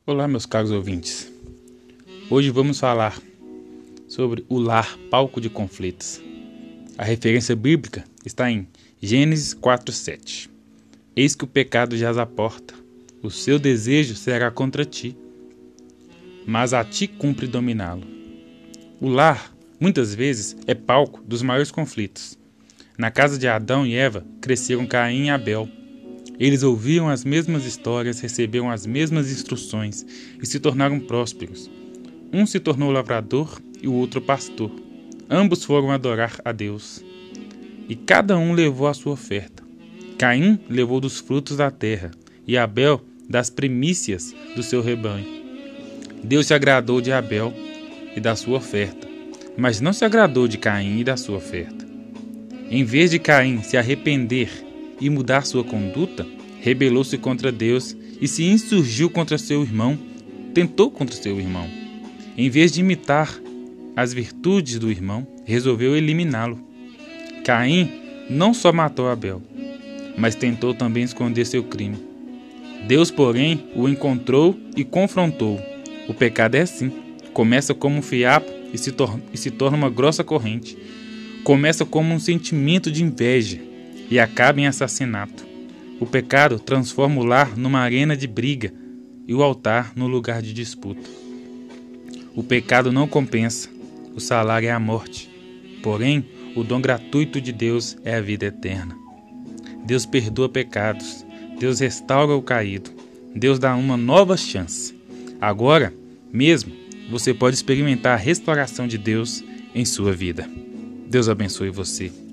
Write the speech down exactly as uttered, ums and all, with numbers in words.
Olá, meus caros ouvintes. Hoje vamos falar sobre o lar, palco de conflitos. A referência bíblica está em Gênesis quatro, sete. Eis que o pecado jaz à porta, o seu desejo será contra ti, mas a ti cumpre dominá-lo. O lar, muitas vezes, é palco dos maiores conflitos. Na casa de Adão e Eva, cresceram Caim e Abel. Eles ouviam as mesmas histórias, receberam as mesmas instruções e se tornaram prósperos. Um se tornou lavrador e o outro pastor. Ambos foram adorar a Deus. E cada um levou a sua oferta. Caim levou dos frutos da terra e Abel das primícias do seu rebanho. Deus se agradou de Abel e da sua oferta, mas não se agradou de Caim e da sua oferta. Em vez de Caim se arrepender e mudar sua conduta, rebelou-se contra Deus e se insurgiu contra seu irmão, tentou contra seu irmão. Em vez de imitar as virtudes do irmão, resolveu eliminá-lo. Caim não só matou Abel, mas tentou também esconder seu crime. Deus, porém, o encontrou e confrontou. O pecado é assim, começa como um fiapo e se, tor- e se torna uma grossa corrente. Começa como um sentimento de inveja e acaba em assassinato. O pecado transforma o lar numa arena de briga e o altar no lugar de disputa. O pecado não compensa, o salário é a morte. Porém, o dom gratuito de Deus é a vida eterna. Deus perdoa pecados, Deus restaura o caído, Deus dá uma nova chance. Agora, mesmo, você pode experimentar a restauração de Deus em sua vida. Deus abençoe você.